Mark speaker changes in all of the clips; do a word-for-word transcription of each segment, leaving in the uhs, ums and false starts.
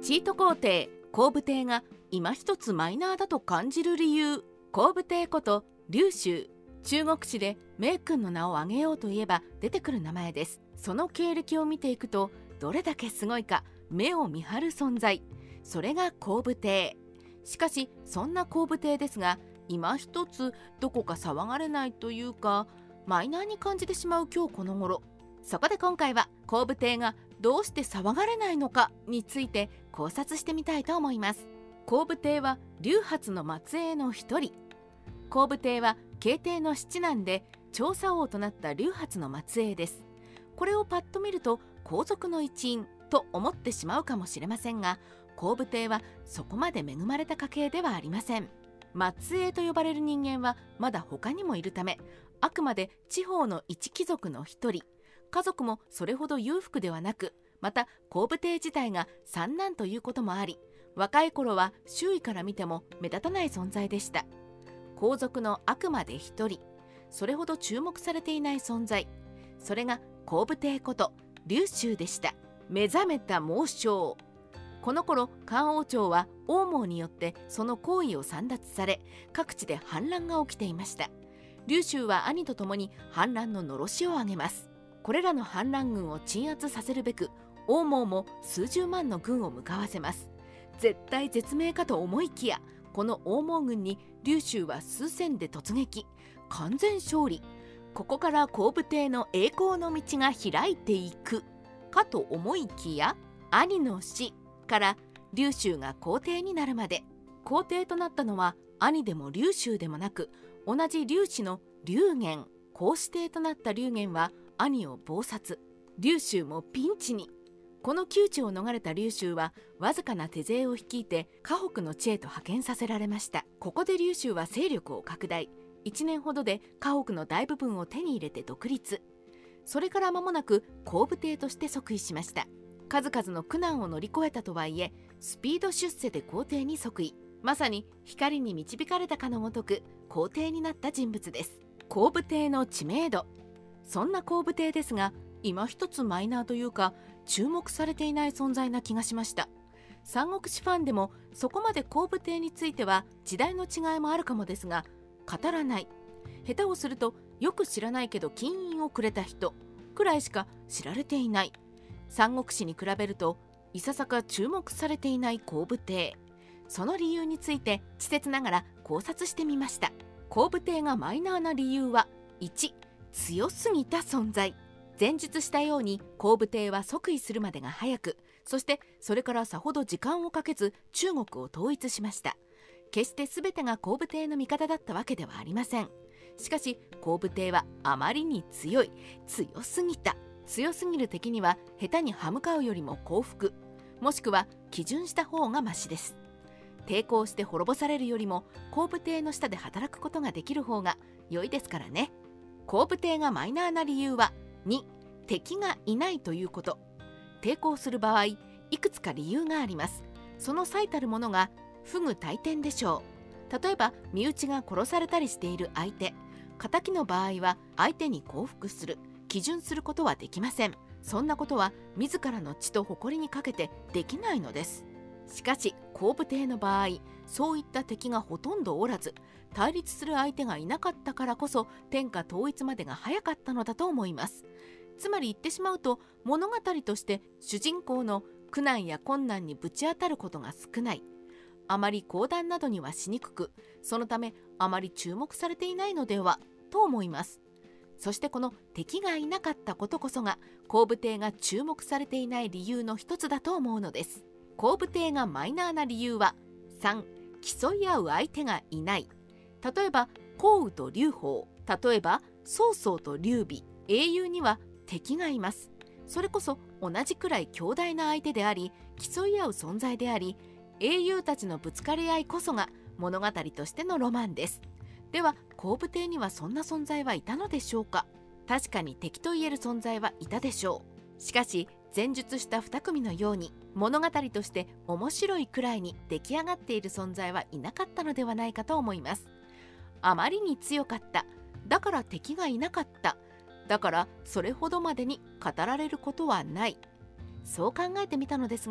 Speaker 1: チート皇帝皇武帝が今一つマイナーだと感じる理由。皇武帝こと劉秀、中国史で名君の名を挙げようといえば出てくる名前です。その経歴を見ていくとどれだけすごいか目を見張る存在、それが皇武帝。しかしそんな皇武帝ですが、今一つどこか騒がれないというかマイナーに感じてしまう今日この頃。そこで今回は皇武帝がどうして騒がれないのかについて考察してみたいと思います。皇武帝は劉発の末裔の一人。皇武帝は慶帝の七男で長沙王となった劉発の末裔です。これをパッと見ると皇族の一員と思ってしまうかもしれませんが、皇武帝はそこまで恵まれた家系ではありません。末裔と呼ばれる人間はまだ他にもいるため、あくまで地方の一貴族の一人。家族もそれほど裕福ではなく、また皇武帝自体が三男ということもあり、若い頃は周囲から見ても目立たない存在でした。皇族のあくまで一人、それほど注目されていない存在、それが皇武帝こと劉秀でした。目覚めた猛将。この頃漢王朝は王猛によってその皇位を簒奪され、各地で反乱が起きていました。劉秀は兄と共に反乱ののろしを上げます。これらの反乱軍を鎮圧させるべく、王猛も数十万の軍を向かわせます。絶対絶命かと思いきや、この王猛軍に劉秀は数千で突撃、完全勝利。ここから皇武帝の栄光の道が開いていくかと思いきや、兄の死から劉秀が皇帝になるまで。皇帝となったのは兄でも劉秀でもなく、同じ劉氏の劉玄。皇子帝となった劉玄は兄を謀殺。劉秀もピンチに。この窮地を逃れた劉秀はわずかな手勢を率いて河北の地へと派遣させられました。ここで劉秀は勢力を拡大。いちねんほどで河北の大部分を手に入れて独立。それから間もなく皇武帝として即位しました。数々の苦難を乗り越えたとはいえ、スピード出世で皇帝に即位。まさに光に導かれたかのごとく皇帝になった人物です。皇武帝の知名度。そんな皇武帝ですが、今一つマイナーというか注目されていない存在な気がしました。三国志ファンでもそこまで皇武帝については時代の違いもあるかもですが語らない。下手をするとよく知らないけど金印をくれた人くらいしか知られていない。三国志に比べるといささか注目されていない皇武帝。その理由について稚拙ながら考察してみました。皇武帝がマイナーな理由は、いち、強すぎた存在。前述したように皇武帝は即位するまでが早く、そしてそれからさほど時間をかけず中国を統一しました。決して全てが皇武帝の味方だったわけではありません。しかし皇武帝はあまりに強い、強すぎた。強すぎる敵には下手に歯向かうよりも降伏、もしくは基準した方がましです。抵抗して滅ぼされるよりも皇武帝の下で働くことができる方が良いですからね。皇武帝がマイナーな理由は、に、敵がいないということ。抵抗する場合、いくつか理由があります。その最たるものが不倶戴天でしょう。例えば身内が殺されたりしている相手、仇の場合は相手に降伏する、基準することはできません。そんなことは自らの血と誇りにかけてできないのです。しかし皇武帝の場合、そういった敵がほとんどおらず、対立する相手がいなかったからこそ天下統一までが早かったのだと思います。つまり言ってしまうと、物語として主人公の苦難や困難にぶち当たることが少ない、あまり講談などにはしにくく、そのためあまり注目されていないのではと思います。そしてこの敵がいなかったことこそが皇武帝が注目されていない理由の一つだと思うのです。皇武帝がマイナーな理由は、さん、競い合う相手がいない。例えば項羽と劉邦、例えば曹操と劉備、英雄には敵がいます。それこそ同じくらい強大な相手であり、競い合う存在であり、英雄たちのぶつかり合いこそが物語としてのロマンです。では皇武帝にはそんな存在はいたのでしょうか。確かに敵と言える存在はいたでしょう。しかし前述したに組のように物語として面白いくらいに出来上がっている存在はいなかったのではないかと思います。あまりに強かった、だから敵がいなかった、だからそれほどまでに語られることはない、そう考えてみたのですが、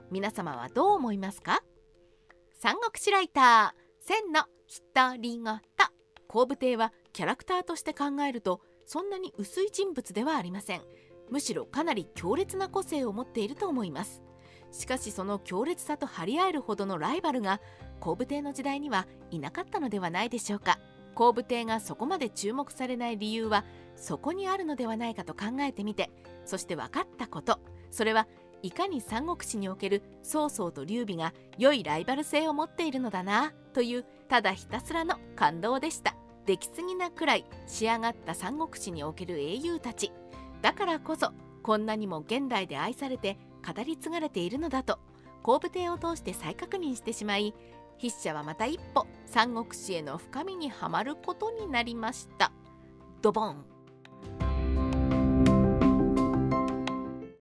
Speaker 1: 皆様はどう思いますか？三国志ライター千の独り言。洪武帝はキャラクターとして考えるとそんなに薄い人物ではありません。むしろかなり強烈な個性を持っていると思います。しかしその強烈さと張り合えるほどのライバルが洪武帝の時代にはいなかったのではないでしょうか。洪武帝がそこまで注目されない理由はそこにあるのではないかと考えてみて、そして分かったこと、それはいかに三国志における曹操と劉備が良いライバル性を持っているのだなというただひたすらの感動でした。出来すぎなくらい仕上がった三国志における英雄たちだからこそこんなにも現代で愛されて語り継がれているのだと洪武帝を通して再確認してしまい、筆者はまた一歩三国志への深みにはまることになりました。ドボン。